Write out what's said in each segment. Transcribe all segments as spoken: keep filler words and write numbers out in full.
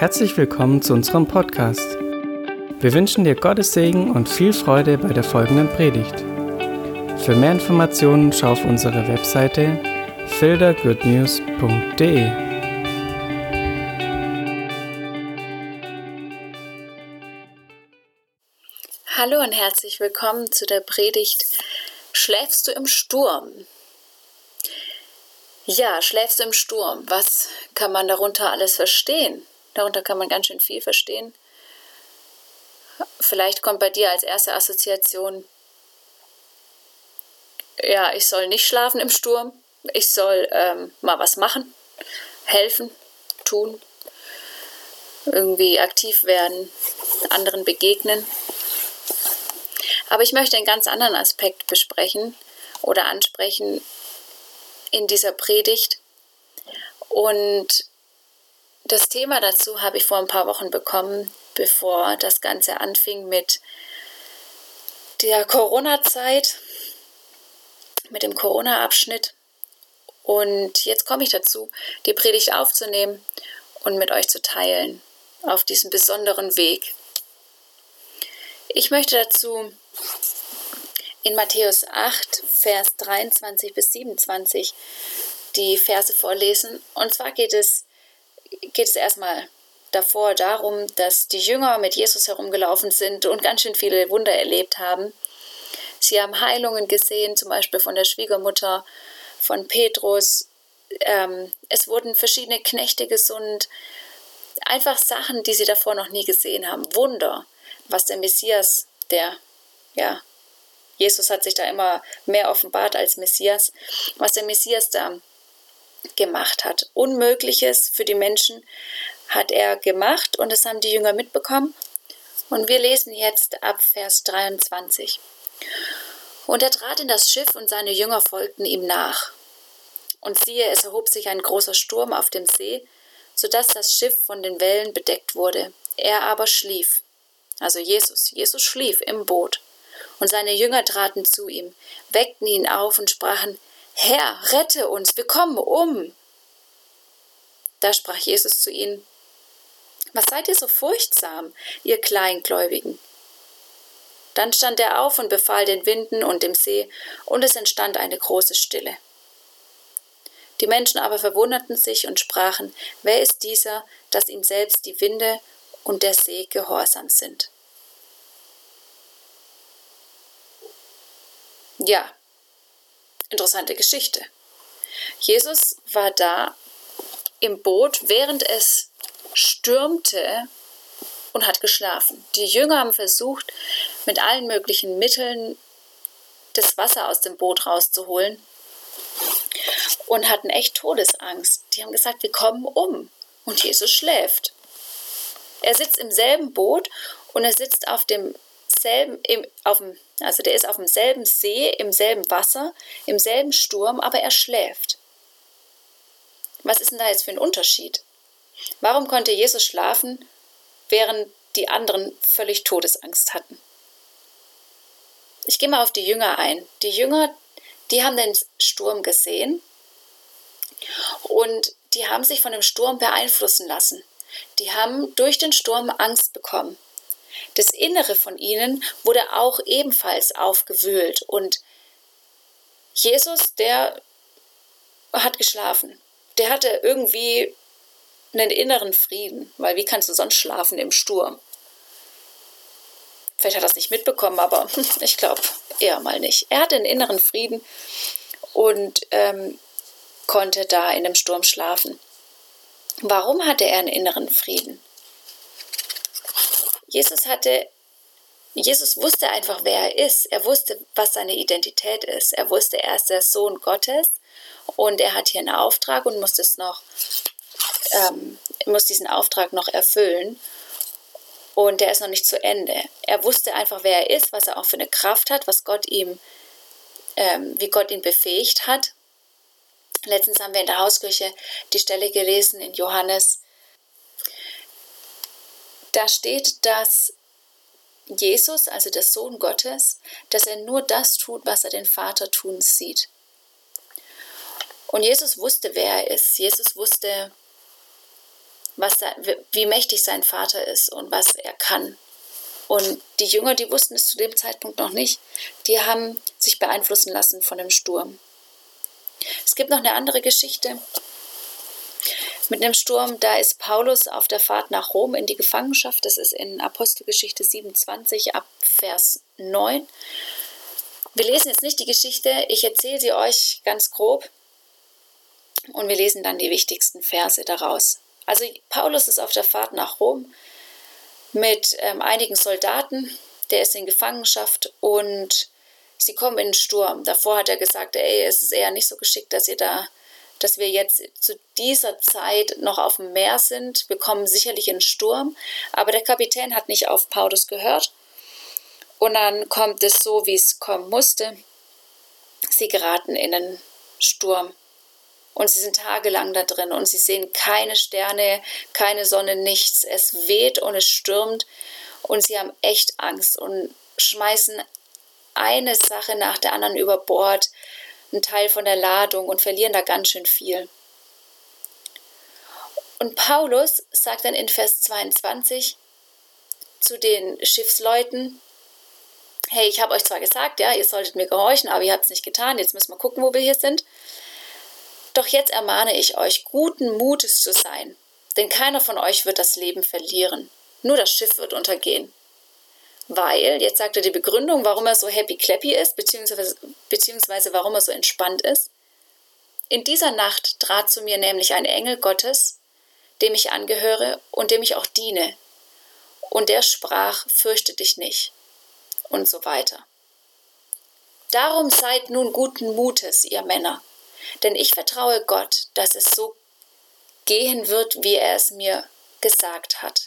Herzlich willkommen zu unserem Podcast. Wir wünschen dir Gottes Segen und viel Freude bei der folgenden Predigt. Für mehr Informationen schau auf unsere Webseite fildergoodnews punkt de. Hallo und herzlich willkommen zu der Predigt Schläfst du im Sturm? Ja, schläfst du im Sturm? Was kann man darunter alles verstehen? Darunter kann man ganz schön viel verstehen. Vielleicht kommt bei dir als erste Assoziation, ja, ich soll nicht schlafen im Sturm. Ich soll ähm, mal was machen, helfen, tun, irgendwie aktiv werden, anderen begegnen. Aber ich möchte einen ganz anderen Aspekt besprechen oder ansprechen in dieser Predigt. Und das Thema dazu habe ich vor ein paar Wochen bekommen, bevor das Ganze anfing mit der Corona-Zeit, mit dem Corona-Abschnitt. Und jetzt komme ich dazu, die Predigt aufzunehmen und mit euch zu teilen auf diesem besonderen Weg. Ich möchte dazu in Matthäus acht, Vers dreiundzwanzig bis siebenundzwanzig die Verse vorlesen. Und zwar geht es, geht es erstmal davor darum, dass die Jünger mit Jesus herumgelaufen sind und ganz schön viele Wunder erlebt haben. Sie haben Heilungen gesehen, zum Beispiel von der Schwiegermutter, von Petrus. Ähm, es wurden verschiedene Knechte gesund. Einfach Sachen, die sie davor noch nie gesehen haben. Wunder, was der Messias, der, ja, Jesus hat sich da immer mehr offenbart als Messias, was der Messias da gemacht hat. Unmögliches für die Menschen hat er gemacht und das haben die Jünger mitbekommen. Und wir lesen jetzt ab Vers dreiundzwanzig. Und er trat in das Schiff und seine Jünger folgten ihm nach. Und siehe, es erhob sich ein großer Sturm auf dem See, sodass das Schiff von den Wellen bedeckt wurde. Er aber schlief. Also Jesus, Jesus schlief im Boot. Und seine Jünger traten zu ihm, weckten ihn auf und sprachen: Herr, rette uns, wir kommen um. Da sprach Jesus zu ihnen: Was seid ihr so furchtsam, ihr Kleingläubigen? Dann stand er auf und befahl den Winden und dem See, und es entstand eine große Stille. Die Menschen aber verwunderten sich und sprachen: Wer ist dieser, dass ihm selbst die Winde und der See gehorsam sind? Ja, interessante Geschichte. Jesus war da im Boot, während es stürmte, und hat geschlafen. Die Jünger haben versucht, mit allen möglichen Mitteln das Wasser aus dem Boot rauszuholen und hatten echt Todesangst. Die haben gesagt, wir kommen um. Und Jesus schläft. Er sitzt im selben Boot und er sitzt auf dem selben, im, auf dem, also der ist auf demselben See, im selben Wasser, im selben Sturm, aber er schläft. Was ist denn da jetzt für ein Unterschied? Warum konnte Jesus schlafen, während die anderen völlig Todesangst hatten? Ich gehe mal auf die Jünger ein. Die Jünger, die haben den Sturm gesehen und die haben sich von dem Sturm beeinflussen lassen. Die haben durch den Sturm Angst bekommen. Das Innere von ihnen wurde auch ebenfalls aufgewühlt und Jesus, der hat geschlafen. Der hatte irgendwie einen inneren Frieden, weil wie kannst du sonst schlafen im Sturm? Vielleicht hat er das nicht mitbekommen, aber ich glaube eher mal nicht. Er hatte einen inneren Frieden und ähm, konnte da in dem Sturm schlafen. Warum hatte er einen inneren Frieden? Jesus hatte, Jesus wusste einfach, wer er ist. Er wusste, was seine Identität ist. Er wusste, er ist der Sohn Gottes und er hat hier einen Auftrag und muss es noch Ähm, muss diesen Auftrag noch erfüllen und der ist noch nicht zu Ende. Er wusste einfach, wer er ist, was er auch für eine Kraft hat, was Gott ihm, ähm, wie Gott ihn befähigt hat. Letztens haben wir in der Hauskirche die Stelle gelesen in Johannes. Da steht, dass Jesus, also der Sohn Gottes, dass er nur das tut, was er den Vater tun sieht. Und Jesus wusste, wer er ist. Jesus wusste, was, wie mächtig sein Vater ist und was er kann. Und die Jünger, die wussten es zu dem Zeitpunkt noch nicht, die haben sich beeinflussen lassen von dem Sturm. Es gibt noch eine andere Geschichte mit einem Sturm, da ist Paulus auf der Fahrt nach Rom in die Gefangenschaft. Das ist in Apostelgeschichte siebenundzwanzig ab Vers neun. Wir lesen jetzt nicht die Geschichte, ich erzähle sie euch ganz grob und wir lesen dann die wichtigsten Verse daraus. Also Paulus ist auf der Fahrt nach Rom mit ähm, einigen Soldaten, der ist in Gefangenschaft und sie kommen in den Sturm. Davor hat er gesagt, ey, es ist eher nicht so geschickt, dass ihr da, dass wir jetzt zu dieser Zeit noch auf dem Meer sind. Wir kommen sicherlich in den Sturm, aber der Kapitän hat nicht auf Paulus gehört. Und dann kommt es so, wie es kommen musste. Sie geraten in einen Sturm. Und sie sind tagelang da drin und sie sehen keine Sterne, keine Sonne, nichts. Es weht und es stürmt und sie haben echt Angst und schmeißen eine Sache nach der anderen über Bord, einen Teil von der Ladung und verlieren da ganz schön viel. Und Paulus sagt dann in Vers zweiundzwanzig zu den Schiffsleuten, hey, ich habe euch zwar gesagt, ja, ihr solltet mir gehorchen, aber ihr habt es nicht getan, jetzt müssen wir gucken, wo wir hier sind. Doch jetzt ermahne ich euch, guten Mutes zu sein, denn keiner von euch wird das Leben verlieren, nur das Schiff wird untergehen. Weil, jetzt sagt er die Begründung, warum er so happy-clappy ist, beziehungsweise, beziehungsweise warum er so entspannt ist. In dieser Nacht trat zu mir nämlich ein Engel Gottes, dem ich angehöre und dem ich auch diene. Und der sprach, fürchte dich nicht. Und so weiter. Darum seid nun guten Mutes, ihr Männer. Denn ich vertraue Gott, dass es so gehen wird, wie er es mir gesagt hat.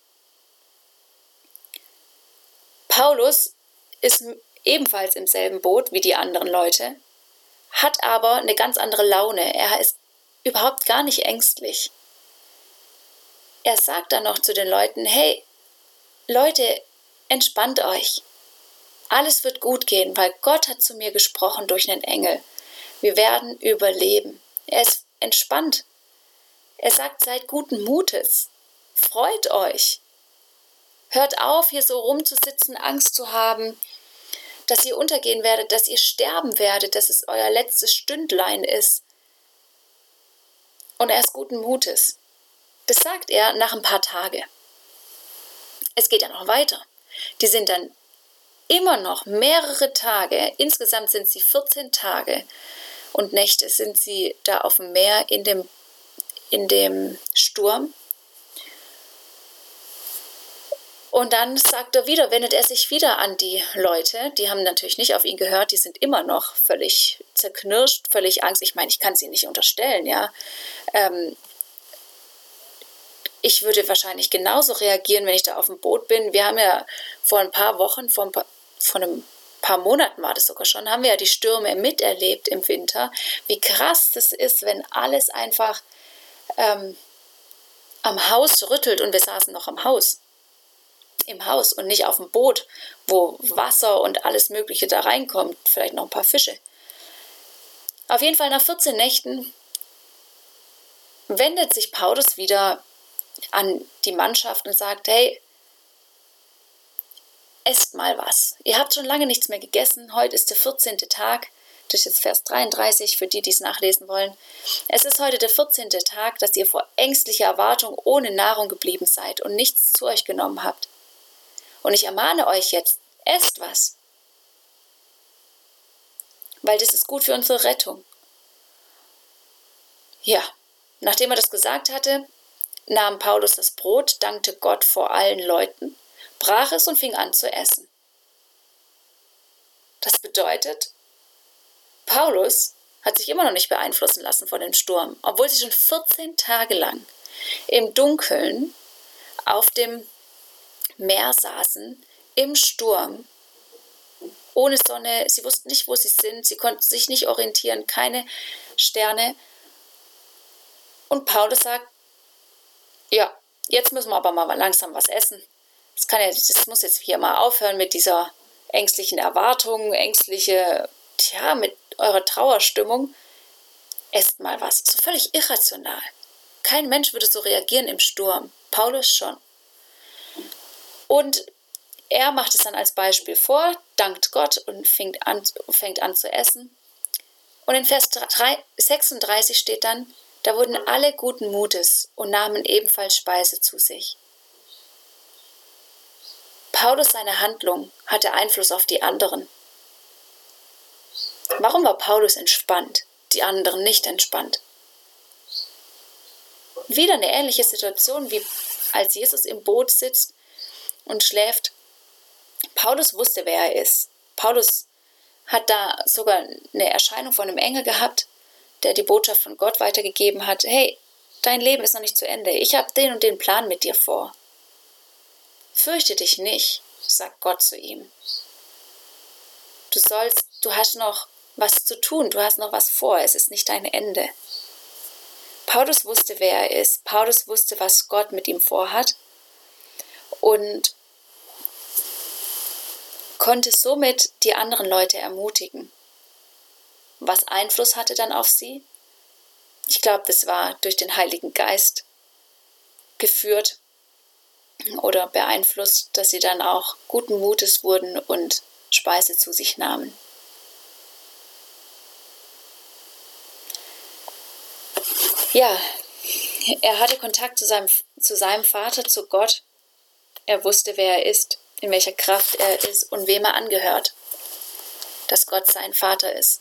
Paulus ist ebenfalls im selben Boot wie die anderen Leute, hat aber eine ganz andere Laune. Er ist überhaupt gar nicht ängstlich. Er sagt dann noch zu den Leuten, hey, Leute, entspannt euch. Alles wird gut gehen, weil Gott hat zu mir gesprochen durch einen Engel. Wir werden überleben. Er ist entspannt. Er sagt, seid guten Mutes. Freut euch. Hört auf, hier so rumzusitzen, Angst zu haben, dass ihr untergehen werdet, dass ihr sterben werdet, dass es euer letztes Stündlein ist. Und er ist guten Mutes. Das sagt er nach ein paar Tagen. Es geht ja noch weiter. Die sind dann immer noch mehrere Tage, insgesamt sind sie vierzehn Tage und Nächte, sind sie da auf dem Meer in dem, in dem Sturm. Und dann sagt er wieder, wendet er sich wieder an die Leute, die haben natürlich nicht auf ihn gehört, die sind immer noch völlig zerknirscht, völlig Angst. Ich meine, ich kann es ihnen nicht unterstellen, ja. Ähm, ich würde wahrscheinlich genauso reagieren, wenn ich da auf dem Boot bin. Wir haben ja vor ein paar Wochen, vor ein paar, vor einem paar Monaten war das sogar schon, haben wir ja die Stürme miterlebt im Winter. Wie krass das ist, wenn alles einfach ähm, am Haus rüttelt und wir saßen noch am Haus. Im Haus und nicht auf dem Boot, wo Wasser und alles Mögliche da reinkommt, vielleicht noch ein paar Fische. Auf jeden Fall nach vierzehn Nächten wendet sich Paulus wieder an die Mannschaft und sagt, hey, esst mal was. Ihr habt schon lange nichts mehr gegessen, heute ist der vierzehnte Tag, das ist jetzt Vers dreiunddreißig, für die, die es nachlesen wollen. Es ist heute der vierzehnte Tag, dass ihr vor ängstlicher Erwartung ohne Nahrung geblieben seid und nichts zu euch genommen habt. Und ich ermahne euch jetzt, esst was. Weil das ist gut für unsere Rettung. Ja, nachdem er das gesagt hatte, nahm Paulus das Brot, dankte Gott vor allen Leuten, brach es und fing an zu essen. Das bedeutet, Paulus hat sich immer noch nicht beeinflussen lassen von dem Sturm, obwohl sie schon vierzehn Tage lang im Dunkeln auf dem Meer saßen, im Sturm, ohne Sonne, sie wussten nicht, wo sie sind, sie konnten sich nicht orientieren, keine Sterne. Und Paulus sagt, ja, jetzt müssen wir aber mal langsam was essen. Das, kann ja, das muss jetzt hier mal aufhören mit dieser ängstlichen Erwartung, ängstliche, tja, mit eurer Trauerstimmung. Esst mal was. So völlig irrational. Kein Mensch würde so reagieren im Sturm. Paulus schon. Und er macht es dann als Beispiel vor, dankt Gott und fängt an, fängt an zu essen. Und in Vers sechsunddreißig steht dann, da wurden alle guten Mutes und nahmen ebenfalls Speise zu sich. Paulus, seine Handlung hatte Einfluss auf die anderen. Warum war Paulus entspannt, die anderen nicht entspannt? Wieder eine ähnliche Situation, wie als Jesus im Boot sitzt und schläft. Paulus wusste, wer er ist. Paulus hat da sogar eine Erscheinung von einem Engel gehabt, der die Botschaft von Gott weitergegeben hat. Hey, dein Leben ist noch nicht zu Ende. Ich habe den und den Plan mit dir vor. Fürchte dich nicht, sagt Gott zu ihm. Du sollst, du hast noch was zu tun, du hast noch was vor, es ist nicht dein Ende. Paulus wusste, wer er ist. Paulus wusste, was Gott mit ihm vorhat und konnte somit die anderen Leute ermutigen. Was Einfluss hatte dann auf sie? Ich glaube, das war durch den Heiligen Geist geführt oder beeinflusst, dass sie dann auch guten Mutes wurden und Speise zu sich nahmen. Ja, er hatte Kontakt zu seinem, zu seinem Vater, zu Gott. Er wusste, wer er ist, in welcher Kraft er ist und wem er angehört. Dass Gott sein Vater ist.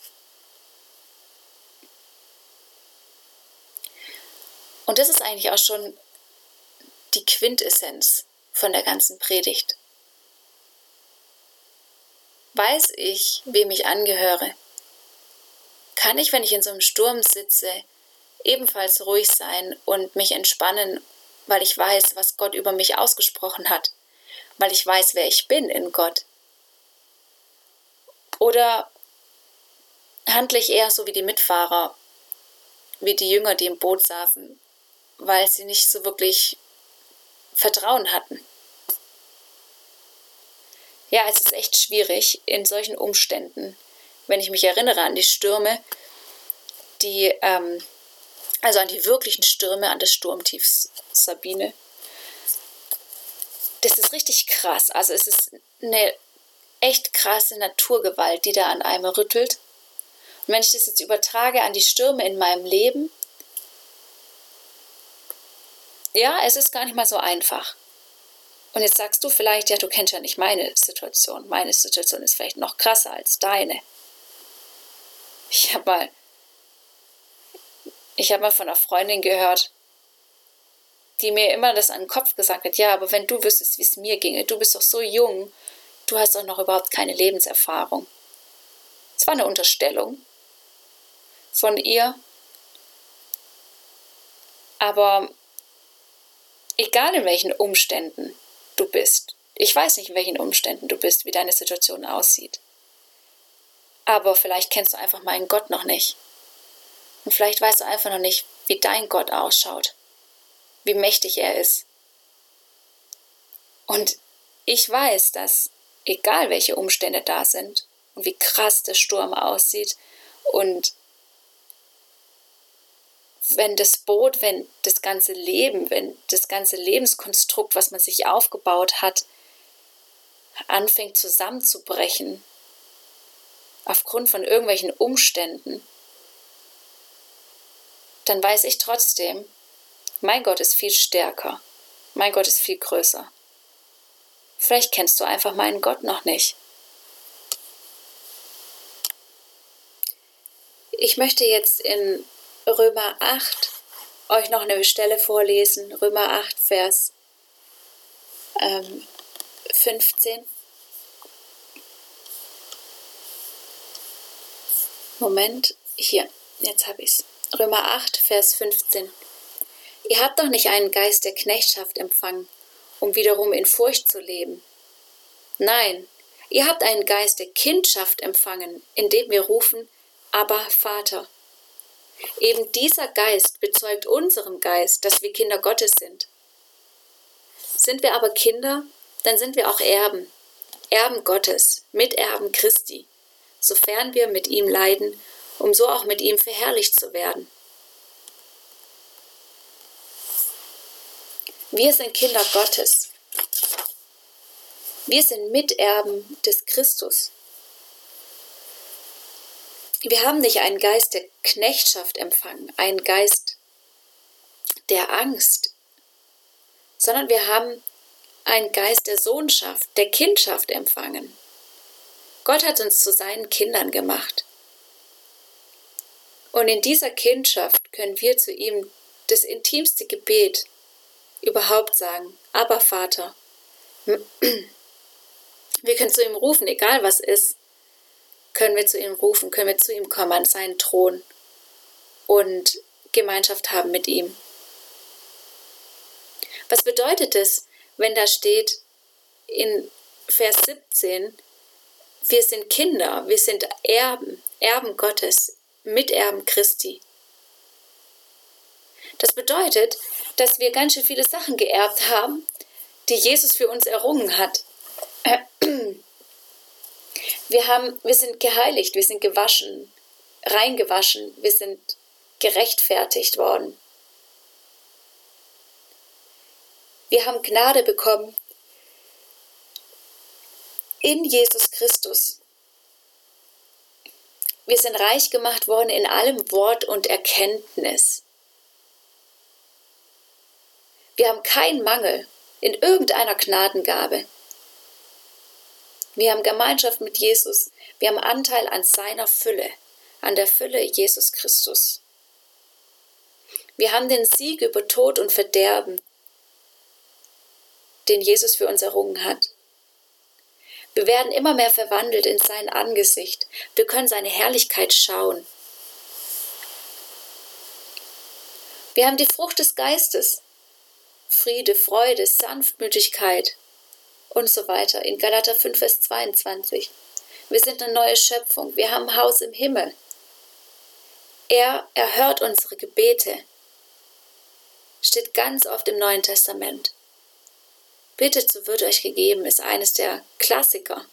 Und das ist eigentlich auch schon die Quintessenz von der ganzen Predigt. Weiß ich, wem ich angehöre? Kann ich, wenn ich in so einem Sturm sitze, ebenfalls ruhig sein und mich entspannen, weil ich weiß, was Gott über mich ausgesprochen hat, weil ich weiß, wer ich bin in Gott? Oder handle ich eher so wie die Mitfahrer, wie die Jünger, die im Boot saßen, weil sie nicht so wirklich Vertrauen hatten? Ja, es ist echt schwierig in solchen Umständen, wenn ich mich erinnere an die Stürme, die, ähm, also an die wirklichen Stürme, an das Sturmtief Sabine. Das ist richtig krass. Also es ist eine echt krasse Naturgewalt, die da an einem rüttelt. Und wenn ich das jetzt übertrage an die Stürme in meinem Leben, ja, es ist gar nicht mal so einfach. Und jetzt sagst du vielleicht, ja, du kennst ja nicht meine Situation. Meine Situation ist vielleicht noch krasser als deine. Ich habe mal, ich habe mal von einer Freundin gehört, die mir immer das an den Kopf gesagt hat, ja, aber wenn du wüsstest, wie es mir ginge, du bist doch so jung, du hast doch noch überhaupt keine Lebenserfahrung. Es war eine Unterstellung von ihr, aber egal in welchen Umständen du bist, ich weiß nicht, in welchen Umständen du bist, wie deine Situation aussieht, aber vielleicht kennst du einfach meinen Gott noch nicht und vielleicht weißt du einfach noch nicht, wie dein Gott ausschaut, wie mächtig er ist. Und ich weiß, dass egal welche Umstände da sind und wie krass der Sturm aussieht und wenn das Boot, wenn das ganze Leben, wenn das ganze Lebenskonstrukt, was man sich aufgebaut hat, anfängt zusammenzubrechen, aufgrund von irgendwelchen Umständen, dann weiß ich trotzdem, mein Gott ist viel stärker, mein Gott ist viel größer. Vielleicht kennst du einfach meinen Gott noch nicht. Ich möchte jetzt in Römer acht euch noch eine Stelle vorlesen. Römer acht, Vers ähm, fünfzehn. Moment, hier, jetzt habe ich es. Römer acht, Vers fünfzehn. Ihr habt doch nicht einen Geist der Knechtschaft empfangen, um wiederum in Furcht zu leben. Nein, ihr habt einen Geist der Kindschaft empfangen, indem wir rufen, aber Vater. Eben dieser Geist bezeugt unserem Geist, dass wir Kinder Gottes sind. Sind wir aber Kinder, dann sind wir auch Erben, Erben Gottes, Miterben Christi, sofern wir mit ihm leiden, um so auch mit ihm verherrlicht zu werden. Wir sind Kinder Gottes. Wir sind Miterben des Christus. Wir haben nicht einen Geist der Knechtschaft empfangen, einen Geist der Angst, sondern wir haben einen Geist der Sohnschaft, der Kindschaft empfangen. Gott hat uns zu seinen Kindern gemacht. Und in dieser Kindschaft können wir zu ihm das intimste Gebet überhaupt sagen. Aber Vater, wir können zu ihm rufen, egal was ist, können wir zu ihm rufen, können wir zu ihm kommen an seinen Thron und Gemeinschaft haben mit ihm. Was bedeutet es, wenn da steht in Vers siebzehn, wir sind Kinder, wir sind Erben, Erben Gottes, Miterben Christi. Das bedeutet, dass wir ganz schön viele Sachen geerbt haben, die Jesus für uns errungen hat. Wir haben, wir sind geheiligt, wir sind gewaschen, reingewaschen, wir sind gerechtfertigt worden. Wir haben Gnade bekommen in Jesus Christus. Wir sind reich gemacht worden in allem Wort und Erkenntnis. Wir haben keinen Mangel in irgendeiner Gnadengabe. Wir haben Gemeinschaft mit Jesus. Wir haben Anteil an seiner Fülle, an der Fülle Jesus Christus. Wir haben den Sieg über Tod und Verderben, den Jesus für uns errungen hat. Wir werden immer mehr verwandelt in sein Angesicht. Wir können seine Herrlichkeit schauen. Wir haben die Frucht des Geistes. Friede, Freude, Sanftmütigkeit und so weiter. In Galater fünf, Vers zweiundzwanzig. Wir sind eine neue Schöpfung. Wir haben ein Haus im Himmel. Er erhört unsere Gebete. Steht ganz oft im Neuen Testament. Bittet, so wird euch gegeben, ist eines der Klassiker.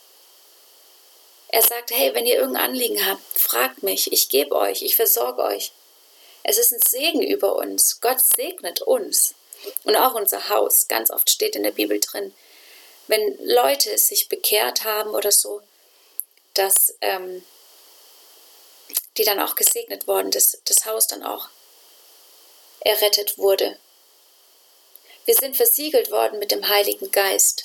Er sagt, hey, wenn ihr irgendein Anliegen habt, fragt mich, ich gebe euch, ich versorge euch. Es ist ein Segen über uns. Gott segnet uns und auch unser Haus. Ganz oft steht in der Bibel drin, wenn Leute sich bekehrt haben oder so, dass ähm, die dann auch gesegnet worden, dass das Haus dann auch errettet wurde. Wir sind versiegelt worden mit dem Heiligen Geist.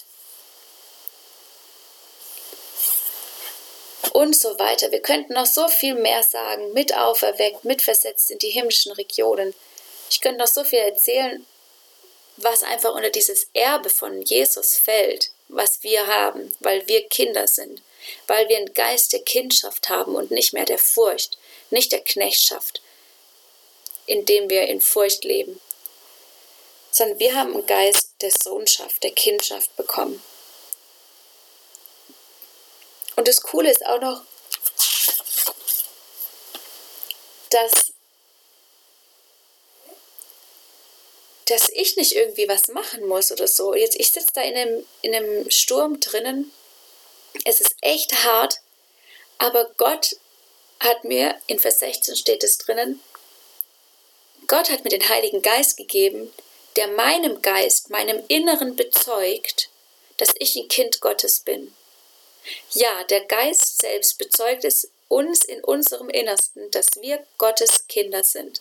Und so weiter. Wir könnten noch so viel mehr sagen, mit auferweckt, mitversetzt in die himmlischen Regionen. Ich könnte noch so viel erzählen, was einfach unter dieses Erbe von Jesus fällt, was wir haben, weil wir Kinder sind, weil wir einen Geist der Kindschaft haben und nicht mehr der Furcht, nicht der Knechtschaft, indem wir in Furcht leben. Sondern wir haben einen Geist der Sohnschaft, der Kindschaft bekommen. Und das Coole ist auch noch, dass, dass ich nicht irgendwie was machen muss oder so. Jetzt, ich sitze da in einem, in einem Sturm drinnen. Es ist echt hart, aber Gott hat mir, in Vers sechzehn steht es drinnen, Gott hat mir den Heiligen Geist gegeben, der meinem Geist, meinem Inneren bezeugt, dass ich ein Kind Gottes bin. Ja, der Geist selbst bezeugt es uns in unserem Innersten, dass wir Gottes Kinder sind.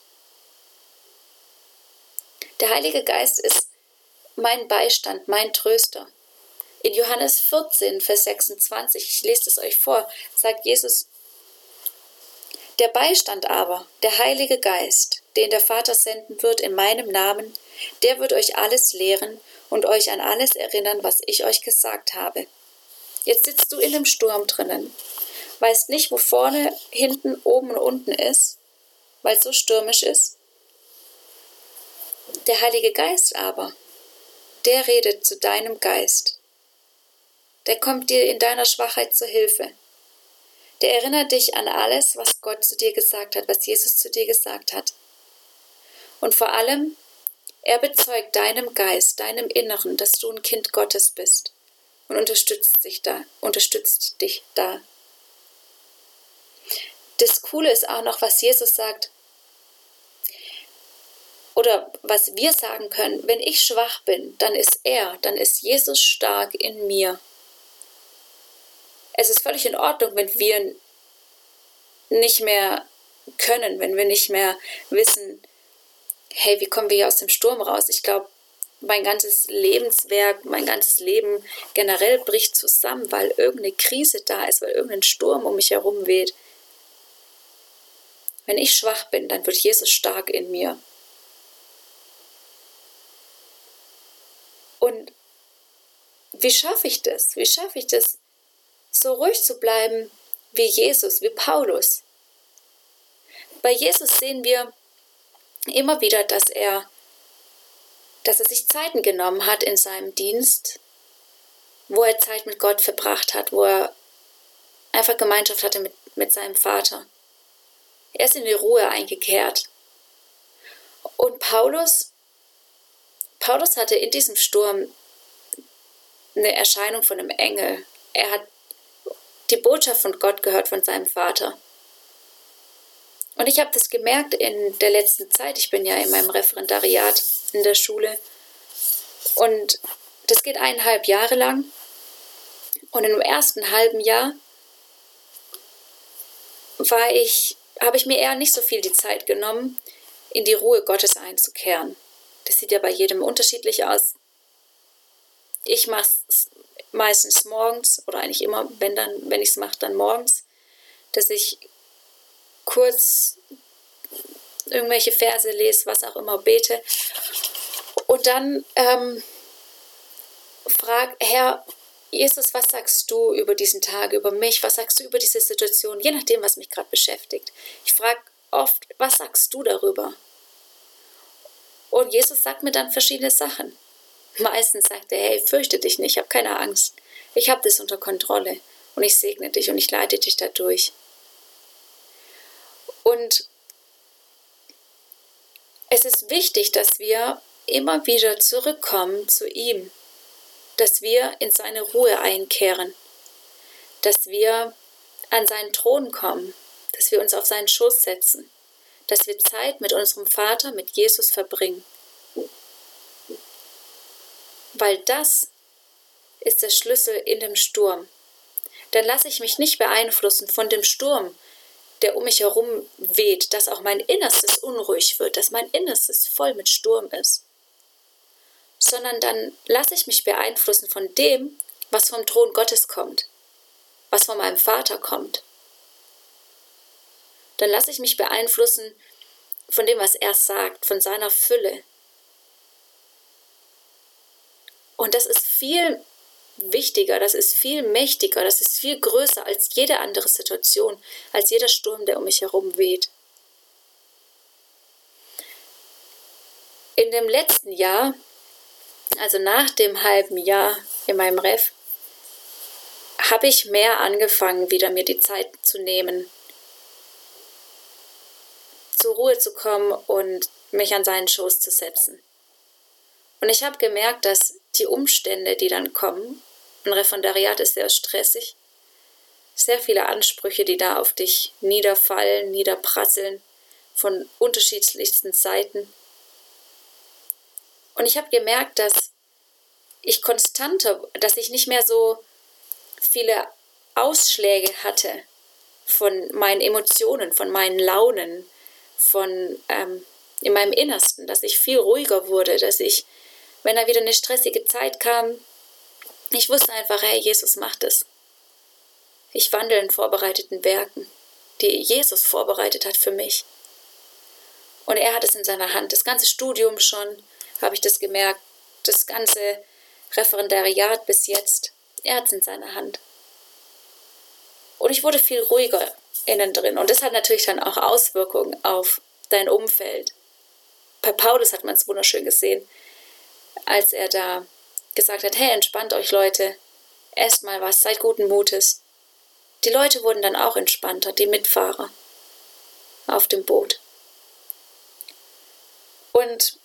Der Heilige Geist ist mein Beistand, mein Tröster. In Johannes vierzehn, Vers sechsundzwanzig, ich lese es euch vor, sagt Jesus, der Beistand aber, der Heilige Geist, den der Vater senden wird in meinem Namen, der wird euch alles lehren und euch an alles erinnern, was ich euch gesagt habe. Jetzt sitzt du in dem Sturm drinnen, weißt nicht, wo vorne, hinten, oben und unten ist, weil es so stürmisch ist. Der Heilige Geist aber, der redet zu deinem Geist. Der kommt dir in deiner Schwachheit zur Hilfe. Der erinnert dich an alles, was Gott zu dir gesagt hat, was Jesus zu dir gesagt hat. Und vor allem, er bezeugt deinem Geist, deinem Inneren, dass du ein Kind Gottes bist und unterstützt dich da, unterstützt dich da. Das Coole ist auch noch, was Jesus sagt. oder was wir sagen können, wenn ich schwach bin, dann ist er, dann ist Jesus stark in mir. Es ist völlig in Ordnung, wenn wir nicht mehr können, wenn wir nicht mehr wissen, hey, wie kommen wir hier aus dem Sturm raus? Ich glaube, mein ganzes Lebenswerk, mein ganzes Leben generell bricht zusammen, weil irgendeine Krise da ist, weil irgendein Sturm um mich herum weht. Wenn ich schwach bin, dann wird Jesus stark in mir. Und wie schaffe ich das? Wie schaffe ich das, so ruhig zu bleiben wie Jesus, wie Paulus? Bei Jesus sehen wir immer wieder, dass er, dass er sich Zeiten genommen hat in seinem Dienst, wo er Zeit mit Gott verbracht hat, wo er einfach Gemeinschaft hatte mit, mit seinem Vater. Er ist in die Ruhe eingekehrt. Und Paulus, Paulus hatte in diesem Sturm eine Erscheinung von einem Engel. Er hat die Botschaft von Gott gehört, von seinem Vater. Und ich habe das gemerkt in der letzten Zeit. Ich bin ja in meinem Referendariat in der Schule. Und das geht eineinhalb Jahre lang. Und im ersten halben Jahr war ich, habe ich mir eher nicht so viel die Zeit genommen, in die Ruhe Gottes einzukehren. Das sieht ja bei jedem unterschiedlich aus. Ich mache es meistens morgens oder eigentlich immer, wenn, dann, wenn ich es mache, dann morgens, dass ich kurz irgendwelche Verse lese, was auch immer, bete und dann ähm, frage, Herr Jesus, was sagst du über diesen Tag, über mich, was sagst du über diese Situation, je nachdem, was mich gerade beschäftigt. Ich frage oft, was sagst du darüber? Und Jesus sagt mir dann verschiedene Sachen. Meistens sagt er, hey, fürchte dich nicht, ich habe keine Angst, ich habe das unter Kontrolle und ich segne dich und ich leite dich dadurch. Und es ist wichtig, dass wir immer wieder zurückkommen zu ihm, dass wir in seine Ruhe einkehren, dass wir an seinen Thron kommen, dass wir uns auf seinen Schoß setzen, dass wir Zeit mit unserem Vater, mit Jesus verbringen. Weil das ist der Schlüssel in dem Sturm. Dann lasse ich mich nicht beeinflussen von dem Sturm, der um mich herum weht, dass auch mein Innerstes unruhig wird, dass mein Innerstes voll mit Sturm ist. Sondern dann lasse ich mich beeinflussen von dem, was vom Thron Gottes kommt, was von meinem Vater kommt. Dann lasse ich mich beeinflussen von dem, was er sagt, von seiner Fülle. Und das ist viel wichtiger, das ist viel mächtiger, das ist viel größer als jede andere Situation, als jeder Sturm, der um mich herum weht. In dem letzten Jahr, also nach dem halben Jahr in meinem Ref, habe ich mehr angefangen, wieder mir die Zeit zu nehmen, zur Ruhe zu kommen und mich an seinen Schoß zu setzen. Und ich habe gemerkt, dass die Umstände, die dann kommen, ein Referendariat ist sehr stressig, sehr viele Ansprüche, die da auf dich niederfallen, niederprasseln, von unterschiedlichsten Seiten. Und ich habe gemerkt, dass ich konstanter, dass ich nicht mehr so viele Ausschläge hatte von meinen Emotionen, von meinen Launen, von ähm, in meinem Innersten, dass ich viel ruhiger wurde, dass ich, wenn da wieder eine stressige Zeit kam, ich wusste einfach, hey, Jesus macht es. Ich wandle in vorbereiteten Werken, die Jesus vorbereitet hat für mich. Und er hat es in seiner Hand. Das ganze Studium schon, habe ich das gemerkt, das ganze Referendariat bis jetzt, er hat es in seiner Hand. Und ich wurde viel ruhiger innen drin. Und das hat natürlich dann auch Auswirkungen auf dein Umfeld. Bei Paulus hat man es wunderschön gesehen, als er da gesagt hat, hey, entspannt euch Leute, esst mal was, seid guten Mutes. Die Leute wurden dann auch entspannter, die Mitfahrer auf dem Boot. Und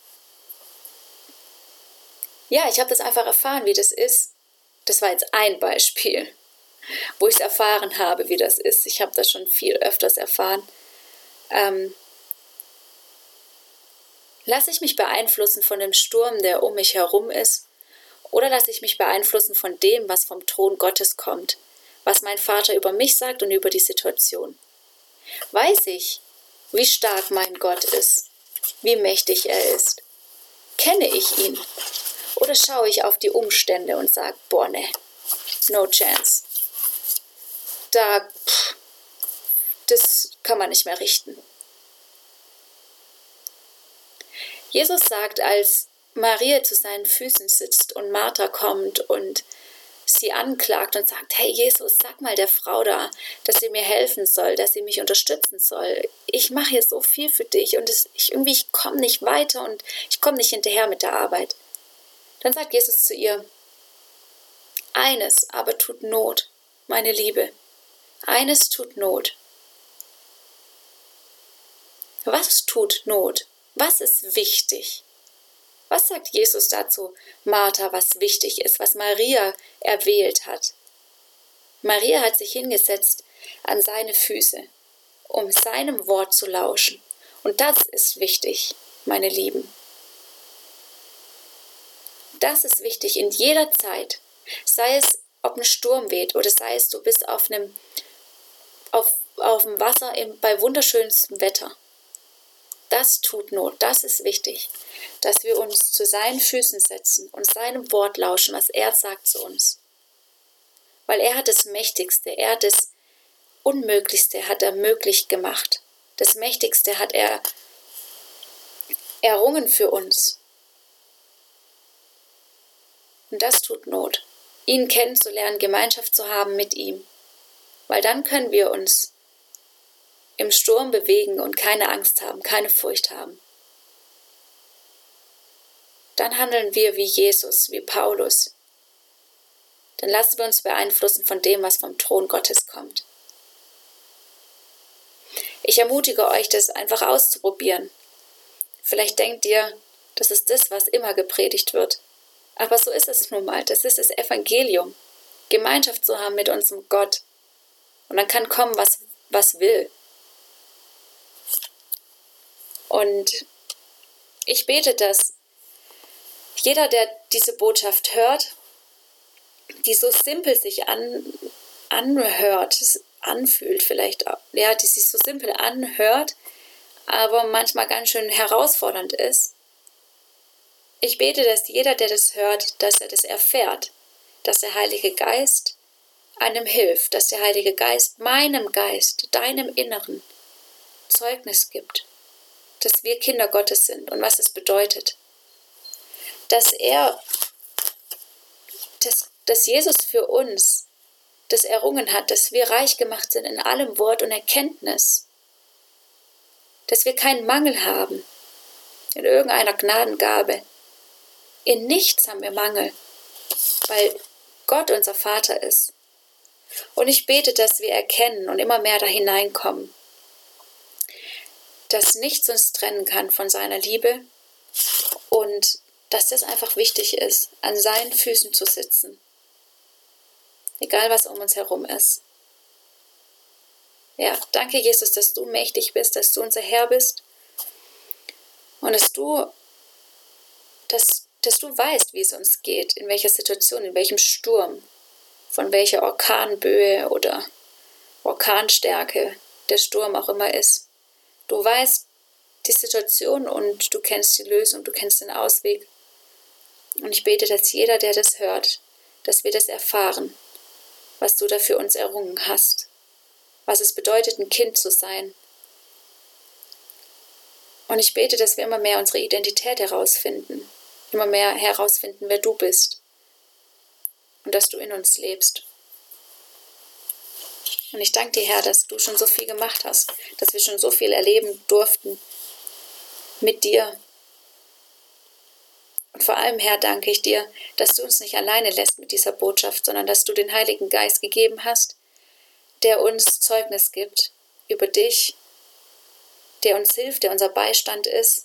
ja, ich habe das einfach erfahren, wie das ist. Das war jetzt ein Beispiel, wo ich es erfahren habe, wie das ist. Ich habe das schon viel öfters erfahren. Ähm, Lasse ich mich beeinflussen von dem Sturm, der um mich herum ist, oder lasse ich mich beeinflussen von dem, was vom Thron Gottes kommt, was mein Vater über mich sagt und über die Situation? Weiß ich, wie stark mein Gott ist, wie mächtig er ist? Kenne ich ihn? Oder schaue ich auf die Umstände und sage, boah, ne, no chance. Da, pff, das kann man nicht mehr richten. Jesus sagt, als Maria zu seinen Füßen sitzt und Martha kommt und sie anklagt und sagt, hey Jesus, sag mal der Frau da, dass sie mir helfen soll, dass sie mich unterstützen soll. Ich mache hier so viel für dich und es, ich, irgendwie, ich komme nicht weiter und ich komme nicht hinterher mit der Arbeit. Dann sagt Jesus zu ihr, eines aber tut Not, meine Liebe. Eines tut Not. Was tut Not? Was ist wichtig? Was sagt Jesus dazu, Martha, was wichtig ist, was Maria erwählt hat? Maria hat sich hingesetzt an seine Füße, um seinem Wort zu lauschen. Und das ist wichtig, meine Lieben. Das ist wichtig in jeder Zeit. Sei es, ob ein Sturm weht oder sei es, du bist auf einem auf, auf dem Wasser im, bei wunderschönstem Wetter. Das tut Not, das ist wichtig, dass wir uns zu seinen Füßen setzen und seinem Wort lauschen, was er sagt zu uns. Weil er hat das Mächtigste, er hat das Unmöglichste, hat er möglich gemacht. Das Mächtigste hat er errungen für uns. Und das tut Not, ihn kennenzulernen, Gemeinschaft zu haben mit ihm. Weil dann können wir uns im Sturm bewegen und keine Angst haben, keine Furcht haben. Dann handeln wir wie Jesus, wie Paulus. Dann lassen wir uns beeinflussen von dem, was vom Thron Gottes kommt. Ich ermutige euch, das einfach auszuprobieren. Vielleicht denkt ihr, das ist das, was immer gepredigt wird. Aber so ist es nun mal. Das ist das Evangelium. Gemeinschaft zu haben mit unserem Gott. Und dann kann kommen, was, was will. Und ich bete, dass jeder, der diese Botschaft hört, die so simpel sich an, anhört, anfühlt vielleicht, ja, die sich so simpel anhört, aber manchmal ganz schön herausfordernd ist. Ich bete, dass jeder, der das hört, dass er das erfährt, dass der Heilige Geist einem hilft, dass der Heilige Geist meinem Geist, deinem Inneren Zeugnis gibt, dass wir Kinder Gottes sind und was es bedeutet. Dass er, dass, dass Jesus für uns das errungen hat, dass wir reich gemacht sind in allem Wort und Erkenntnis. Dass wir keinen Mangel haben in irgendeiner Gnadengabe. In nichts haben wir Mangel, weil Gott unser Vater ist. Und ich bete, dass wir erkennen und immer mehr da hineinkommen, dass nichts uns trennen kann von seiner Liebe und dass das einfach wichtig ist, an seinen Füßen zu sitzen. Egal, was um uns herum ist. Ja, danke Jesus, dass du mächtig bist, dass du unser Herr bist und dass du, dass, dass du weißt, wie es uns geht, in welcher Situation, in welchem Sturm, von welcher Orkanböe oder Orkanstärke der Sturm auch immer ist. Du weißt die Situation und du kennst die Lösung, du kennst den Ausweg. Und ich bete, dass jeder, der das hört, dass wir das erfahren, was du da für uns errungen hast, was es bedeutet, ein Kind zu sein. Und ich bete, dass wir immer mehr unsere Identität herausfinden, immer mehr herausfinden, wer du bist und dass du in uns lebst. Und ich danke dir, Herr, dass du schon so viel gemacht hast, dass wir schon so viel erleben durften mit dir. Und vor allem, Herr, danke ich dir, dass du uns nicht alleine lässt mit dieser Botschaft, sondern dass du den Heiligen Geist gegeben hast, der uns Zeugnis gibt über dich, der uns hilft, der unser Beistand ist,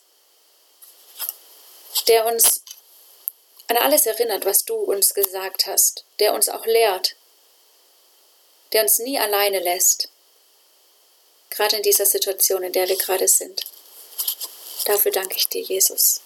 der uns an alles erinnert, was du uns gesagt hast, der uns auch lehrt, der uns nie alleine lässt, gerade in dieser Situation, in der wir gerade sind. Dafür danke ich dir, Jesus.